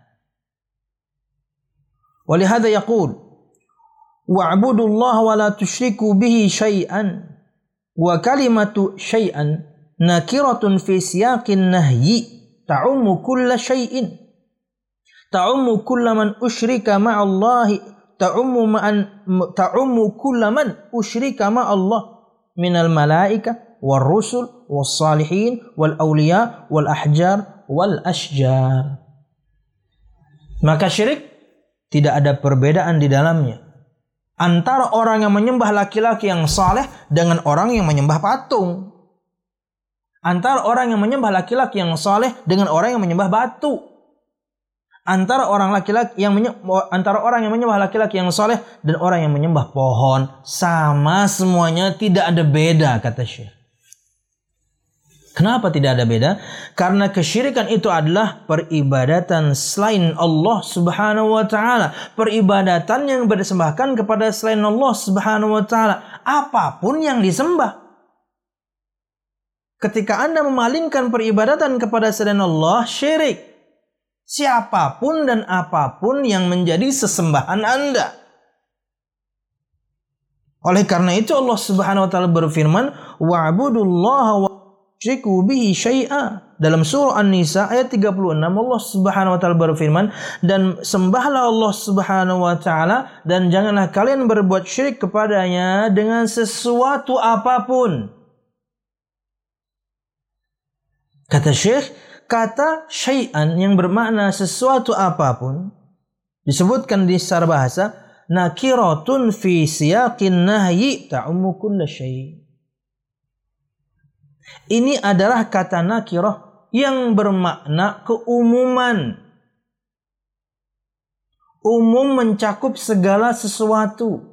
Walihada yaqul wa'budu Allah wa la tusyriku bihi syai'an. Wa kalimatu syai'an nakiratun fi siyaqin nahyi ta'ummu kulla syai'in. Ta'ummu kulla man usyrika ma'allahi. Ta'ummu ma'an ta'ummu kulla man usyrika ma'allah minal malaika wal rusul wal salihin wal awliya wal ahjar wal ashjar. Maka syirik tidak ada perbedaan di dalamnya antara orang yang menyembah laki-laki yang saleh dengan orang yang menyembah patung. Antara orang yang menyembah laki-laki yang saleh dengan orang yang menyembah batu. Antara orang laki-laki yang menyembah, antara orang yang menyembah laki-laki yang saleh dan orang yang menyembah pohon, sama semuanya, tidak ada beda, kata Syekh. Kenapa tidak ada beda? Karena kesyirikan itu adalah peribadatan selain Allah Subhanahu wa taala, peribadatan yang bersembahkan kepada selain Allah Subhanahu wa taala, apapun yang disembah. Ketika Anda memalingkan peribadatan kepada selain Allah, syirik. Siapapun dan apapun yang menjadi sesembahan Anda. Oleh karena itu Allah Subhanahu wa taala berfirman, "Wa'budullaha wa tusyriku bihi syai'a." Dalam surah An-Nisa ayat tiga puluh enam Allah Subhanahu wa taala berfirman, dan sembahlah Allah Subhanahu wa taala dan janganlah kalian berbuat syirik kepadanya dengan sesuatu apapun. Kata Syekh, kata syai'an yang bermakna sesuatu apapun disebutkan di secara bahasa nakiratun fi siyaqin nahyi ta'ummu kulla syai'. Ini adalah kata nakirah yang bermakna keumuman. Umum mencakup segala sesuatu.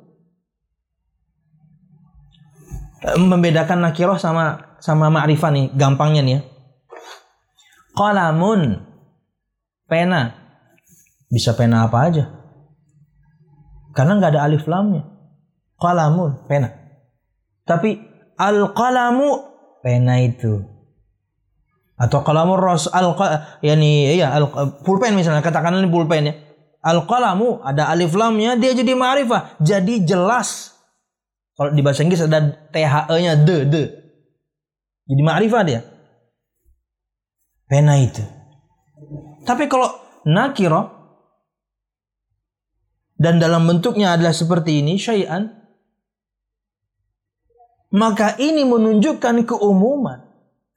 Membedakan nakirah sama sama ma'rifah nih, gampangnya nih ya. Qalamun, pena. Bisa pena apa aja. Karena nggak ada alif lamnya. Qalamun, pena. Tapi al-qalamu, pena itu. Atau qalamur rasul, al yani ya al pulpen misalnya, katakanlah ini pulpen ya. Al-qalamu ada alif lamnya, dia jadi ma'rifah, jadi jelas. Kalau di bahasa Inggris ada T H E-nya, de, de. Jadi ma'rifah dia. Pena itu. Tapi kalau nakirah dan dalam bentuknya adalah seperti ini, syai'an, maka ini menunjukkan keumuman.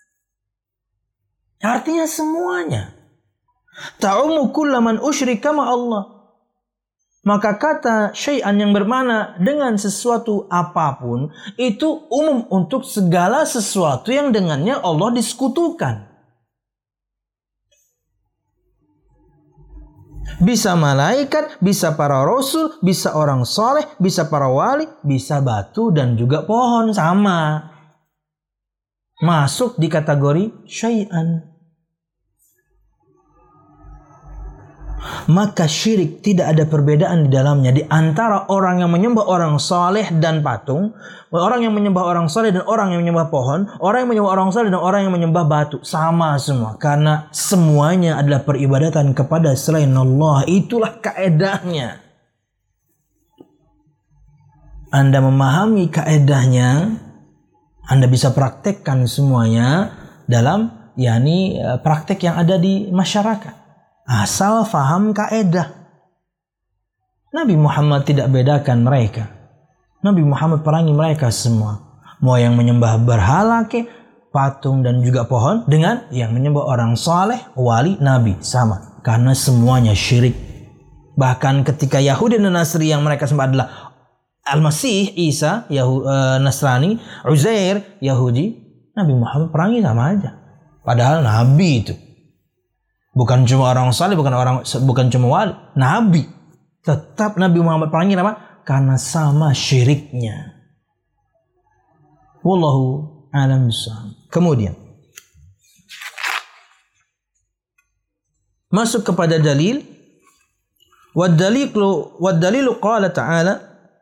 Artinya semuanya. Ta'ummu kullaman usyrika ma Allah. Maka kata syai'an yang bermakna dengan sesuatu apapun itu umum untuk segala sesuatu yang dengannya Allah disekutukan. Bisa malaikat, bisa para rasul, bisa orang soleh, bisa para wali, bisa batu dan juga pohon, sama. Masuk di kategori syai'an. maka syirik tidak ada perbedaan di dalamnya di antara orang yang menyembah orang saleh dan patung, orang yang menyembah orang saleh dan orang yang menyembah pohon, orang yang menyembah orang saleh dan orang yang menyembah batu. Sama semua, karena semuanya adalah peribadatan kepada selain Allah. Itulah kaedahnya. Anda memahami kaedahnya, Anda bisa praktekkan semuanya dalam yakni praktek yang ada di masyarakat. Asal faham kaedah. Nabi Muhammad tidak bedakan mereka. Nabi Muhammad perangi mereka semua. Mau yang menyembah berhala ke, patung dan juga pohon, dengan yang menyembah orang saleh, wali, nabi, sama. Karena semuanya syirik. Bahkan ketika Yahudi dan Nasri yang mereka sembah adalah Al-Masih, Isa, Yahu, uh, Nasrani, Uzair, Yahudi, Nabi Muhammad perangi sama aja. Padahal nabi itu. Bukan cuma orang saleh, bukan orang, bukan cuma wali, nabi. Tetap Nabi Muhammad perangi apa? Karena sama syiriknya. Wallahu a'lam bishawab. Kemudian masuk kepada dalil. Wad dalilu wad dalilu qala ta'ala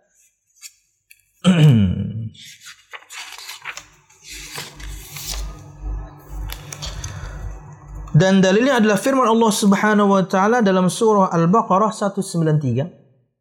dan dalilnya adalah firman Allah Subhanahu wa taala dalam surah Al-Baqarah seratus sembilan puluh tiga.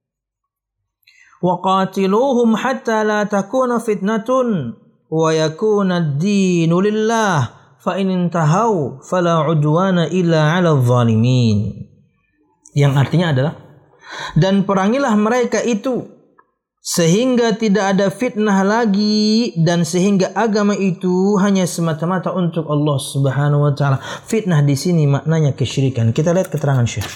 Wa qatiluhum hatta la takuna fitnatun wa yakuna ad-dinu lillah fa in intahau fala udwana illa 'alal zalimin. Yang artinya adalah, dan perangilah mereka itu sehingga tidak ada fitnah lagi, dan sehingga agama itu hanya semata-mata untuk Allah Subhanahu wa taala. Fitnah di sini maknanya kesyirikan. Kita lihat keterangan Syekh.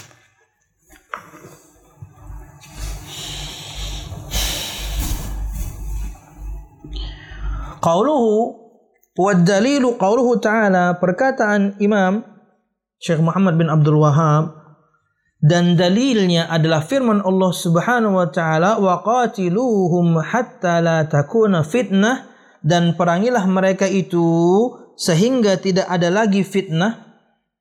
Qauluhu wa dalilu qauluhu ta'ala, perkataan Imam Syekh Muhammad bin Abdul Wahhab, dan dalilnya adalah firman Allah Subhanahu wa taala, wa qatiluhum hatta la takuna fitnah, dan perangilah mereka itu sehingga tidak ada lagi fitnah.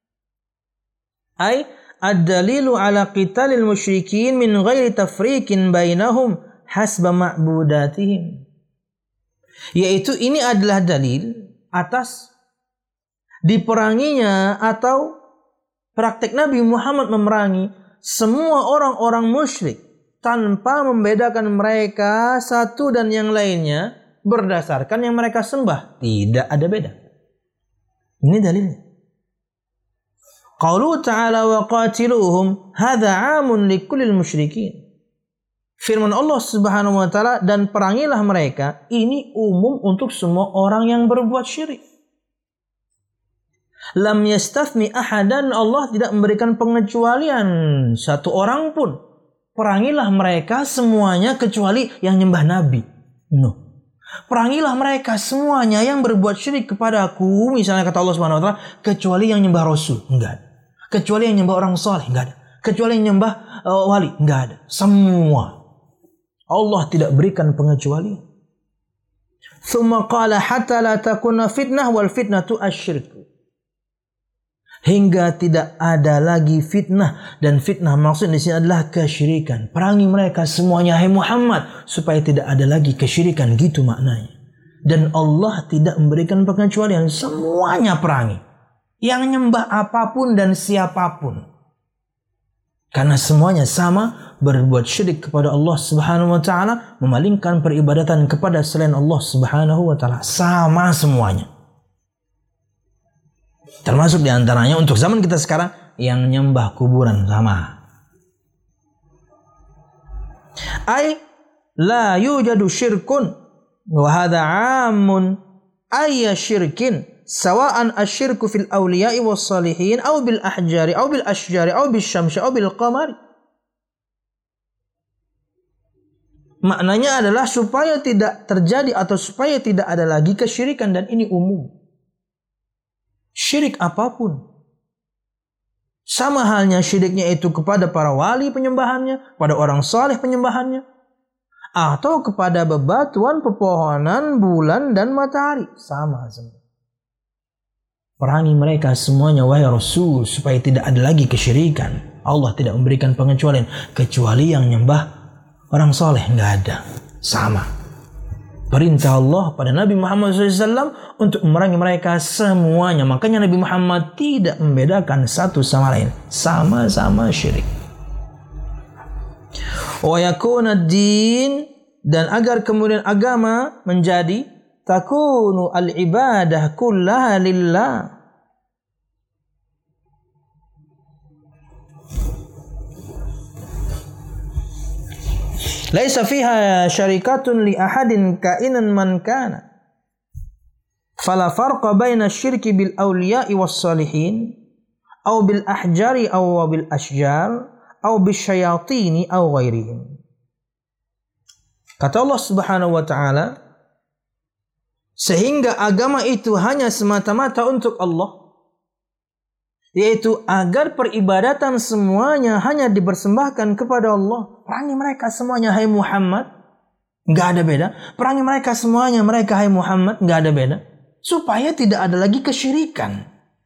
Ai ad-dalilu ala qitalil musyrikin min ghairi tafriqin bainahum hasba ma'budatihim. Yaitu ini adalah dalil atas diperanginya atau praktek Nabi Muhammad memerangi semua orang-orang musyrik tanpa membedakan mereka satu dan yang lainnya berdasarkan yang mereka sembah. Tidak ada beda. Ini dalilnya. Qauluhu ta'ala wa qatiluhum hadza 'amun likullil musyrikin. Firman Allah Subhanahu wa taala, dan perangilah mereka, ini umum untuk semua orang yang berbuat syirik. Lam yastafni ahadan, Allah tidak memberikan pengecualian satu orang pun. Perangilah mereka semuanya kecuali yang nyembah nabi. No. Perangilah mereka semuanya yang berbuat syirik kepada aku, misalnya kata Allah Subhanahu wa taala, kecuali yang nyembah rasul, enggak ada. Kecuali yang nyembah orang saleh, enggak ada. Kecuali yang nyembah uh, wali, enggak ada. Semua Allah tidak berikan pengecualian. Tsumma qala hatta la takuna fitnah wal fitnatu asyirku. Hingga tidak ada lagi fitnah, dan fitnah maksud di sini adalah kesyirikan. Perangi mereka semuanya hai Muhammad supaya tidak ada lagi kesyirikan, gitu maknanya. Dan Allah tidak memberikan pengecualian, semuanya perangi. Yang nyembah apapun dan siapapun. Karena semuanya sama, berbuat syirik kepada Allah Subhanahu wa taala, memalingkan peribadatan kepada selain Allah Subhanahu wa taala. Sama semuanya. Termasuk diantaranya untuk zaman kita sekarang yang nyembah kuburan, sama. Ay la yujadu syirkun wa hadha 'amun ayya syirkin sawa'an asyirku fil awliya'i was salihin aw bil ahjari aw bil ashjari aw bil syamsi aw bil qamari. Maknanya adalah supaya tidak terjadi atau supaya tidak ada lagi kesyirikan, dan ini umum. Syirik apapun. Sama halnya syiriknya itu kepada para wali penyembahannya, pada orang saleh penyembahannya, atau kepada bebatuan, pepohonan, bulan dan matahari, sama semua. Perangi mereka semuanya wahai Rasul supaya tidak ada lagi kesyirikan. Allah tidak memberikan pengecualian kecuali yang nyembah orang soleh, nggak ada. Sama. Perintah Allah pada Nabi Muhammad shallallahu alaihi wasallam untuk memerangi mereka semuanya. Makanya Nabi Muhammad tidak membedakan satu sama lain. Sama-sama syirik. Wa yakuna ad-din, dan agar kemudian agama menjadi takunu al-ibadah kullaha lillah. Laisa fiha syarikatun li ahadin kainan man kana. Fala farqa baina asy-syirki bil awliya'i was salihin aw bil ahjari aw bil asjar aw bis syayatini aw ghairihim. Kata Allah Subhanahu wa taala, sehingga agama itu hanya semata-mata untuk Allah, yaitu agar peribadatan semuanya hanya dipersembahkan kepada Allah. Perangi mereka semuanya hai Muhammad, nggak ada beda. Perangi mereka semuanya mereka hai Muhammad, nggak ada beda, supaya tidak ada lagi kesyirikan.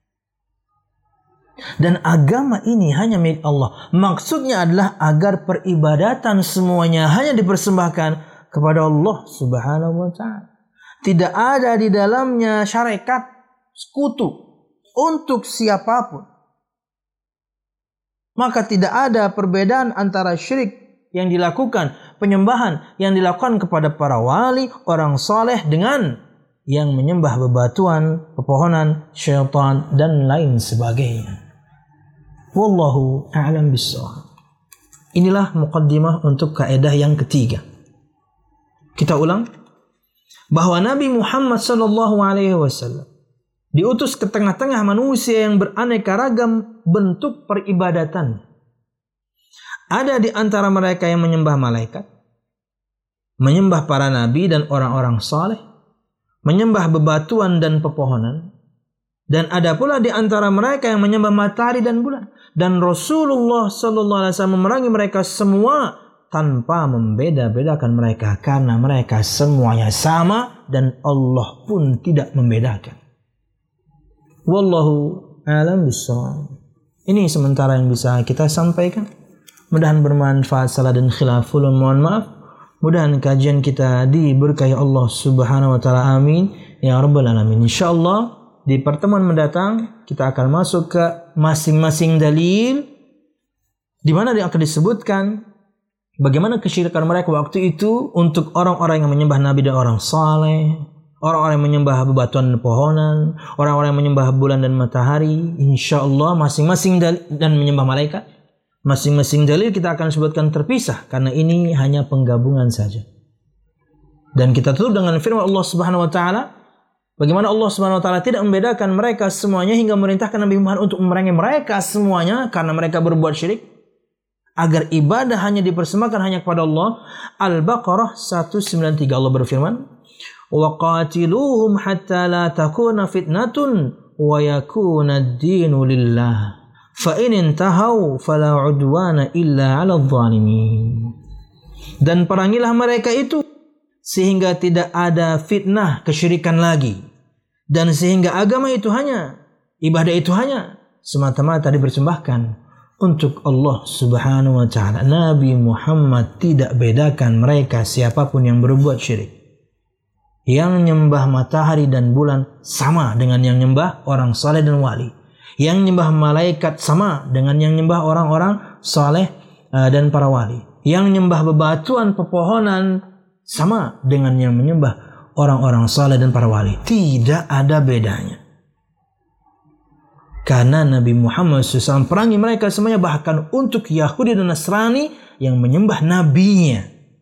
Dan agama ini hanya milik Allah. Maksudnya adalah agar peribadatan semuanya hanya dipersembahkan kepada Allah Subhanahu wa ta'ala. Tidak ada di dalamnya syarikat, sekutu untuk siapapun. Maka tidak ada perbedaan antara syirik yang dilakukan, penyembahan yang dilakukan kepada para wali, orang saleh, dengan yang menyembah bebatuan, pepohonan, syaitan, dan lain sebagainya. Wallahu a'lam bissawab. Inilah muqaddimah untuk kaidah yang ketiga. Kita ulang bahwa Nabi Muhammad sallallahu alaihi wasallam diutus ke tengah-tengah manusia yang beraneka ragam bentuk peribadatan. Ada di antara mereka yang menyembah malaikat, menyembah para nabi dan orang-orang saleh, menyembah bebatuan dan pepohonan, dan ada pula di antara mereka yang menyembah matahari dan bulan. Dan Rasulullah sallallahu alaihi wasallam memerangi mereka semua tanpa membeda-bedakan mereka, karena mereka semuanya sama dan Allah pun tidak membedakan. Wallahu a'lam bissawab. Ini sementara yang bisa kita sampaikan. Mudah-mudahan bermanfaat. Salah dan khilaf ulun mohon maaf. Mudah-mudahan kajian kita diberkahi Allah Subhanahu wa taala. Amin ya rabbal alamin. Insyaallah di pertemuan mendatang kita akan masuk ke masing-masing dalil di mana yang akan disebutkan bagaimana kesyirikan mereka waktu itu untuk orang-orang yang menyembah nabi dan orang saleh, orang-orang yang menyembah bebatuan dan pohonan, orang-orang yang menyembah bulan dan matahari. Insyaallah masing-masing dalil, dan menyembah malaikat. Masing-masing dalil kita akan sebutkan terpisah karena ini hanya penggabungan saja. Dan kita tutup dengan firman Allah Subhanahu wa taala, bagaimana Allah Subhanahu wa taala tidak membedakan mereka semuanya hingga memerintahkan Nabi Muhammad untuk memerangi mereka semuanya karena mereka berbuat syirik, agar ibadah hanya dipersembahkan hanya kepada Allah. Al-Baqarah seratus sembilan puluh tiga, Allah berfirman, "Wa qatiluhum hatta la takuna fitnatun wa yakuna ad-dinu lillah. Fa in intahu fala udwana illa 'alal zalimin." Dan perangilah mereka itu sehingga tidak ada fitnah kesyirikan lagi, dan sehingga agama itu hanya, ibadah itu hanya semata-mata dipersembahkan untuk Allah Subhanahu wa ta'ala. Nabi Muhammad tidak bedakan mereka siapapun yang berbuat syirik. Yang nyembah matahari dan bulan sama dengan yang nyembah orang saleh dan wali. Yang nyembah malaikat sama dengan yang nyembah orang-orang saleh dan para wali. Yang nyembah bebatuan, pepohonan sama dengan yang menyembah orang-orang saleh dan para wali. Tidak ada bedanya. Karena Nabi Muhammad shallallahu alaihi wasallam perangi mereka semuanya, bahkan untuk Yahudi dan Nasrani yang menyembah nabinya.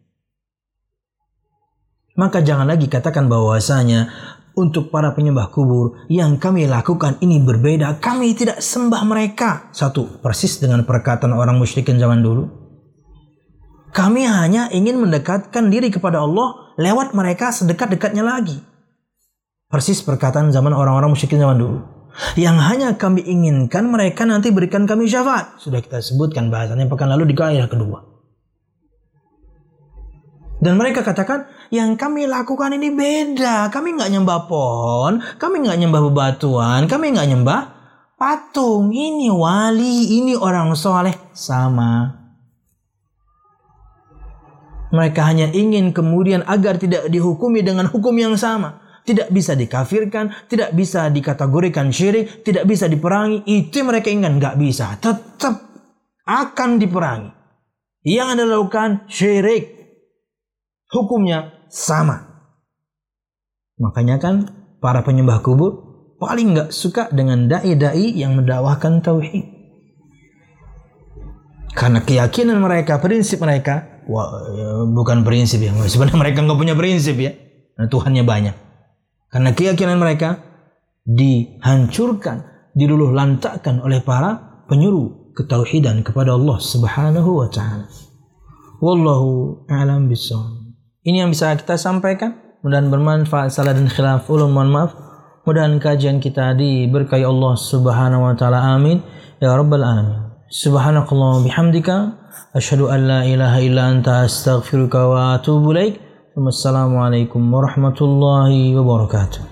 Maka jangan lagi katakan bahwasanya untuk para penyembah kubur yang kami lakukan ini berbeda. Kami tidak sembah mereka. Satu, persis dengan perkataan orang musyrikin zaman dulu. Kami hanya ingin mendekatkan diri kepada Allah lewat mereka sedekat-dekatnya lagi. Persis perkataan zaman orang-orang musyrikin zaman dulu. Yang hanya kami inginkan mereka nanti berikan kami syafaat. Sudah kita sebutkan bahasannya pekan lalu di kaidah kedua. Dan mereka katakan, yang kami lakukan ini beda. Kami nggak nyembah pohon, kami nggak nyembah bebatuan, kami nggak nyembah patung. Ini wali, ini orang soleh. Sama. Mereka hanya ingin kemudian agar tidak dihukumi dengan hukum yang sama. Tidak bisa dikafirkan, tidak bisa dikategorikan syirik, tidak bisa diperangi. Itu yang mereka inginkan. Nggak bisa. Tetap akan diperangi. Yang Anda lakukan syirik. Hukumnya sama. Makanya kan para penyembah kubur paling nggak suka dengan dai-dai yang mendakwahkan tauhid. Karena keyakinan mereka, prinsip mereka, wah, bukan prinsip ya. Sebenarnya mereka nggak punya prinsip ya. Nah, Tuhannya banyak. Karena keyakinan mereka dihancurkan, diluluh lantakkan oleh para penyuruh ketauhidan kepada Allah Subhanahu wa taala. Wallahu a'lam bishawab. Ini yang bisa kita sampaikan. Mudah-mudahan bermanfaat. Salah dan khilaf ulum, mohon maaf. Mudah-mudahan kajian kita diberkahi Allah Subhanahu wa taala. Amin ya rabbal alamin. Subhanakallah bihamdika asyhadu an la ilaha illa anta astaghfiruka wa atubu ilaik. Wassalamualaikum warahmatullahi wabarakatuh.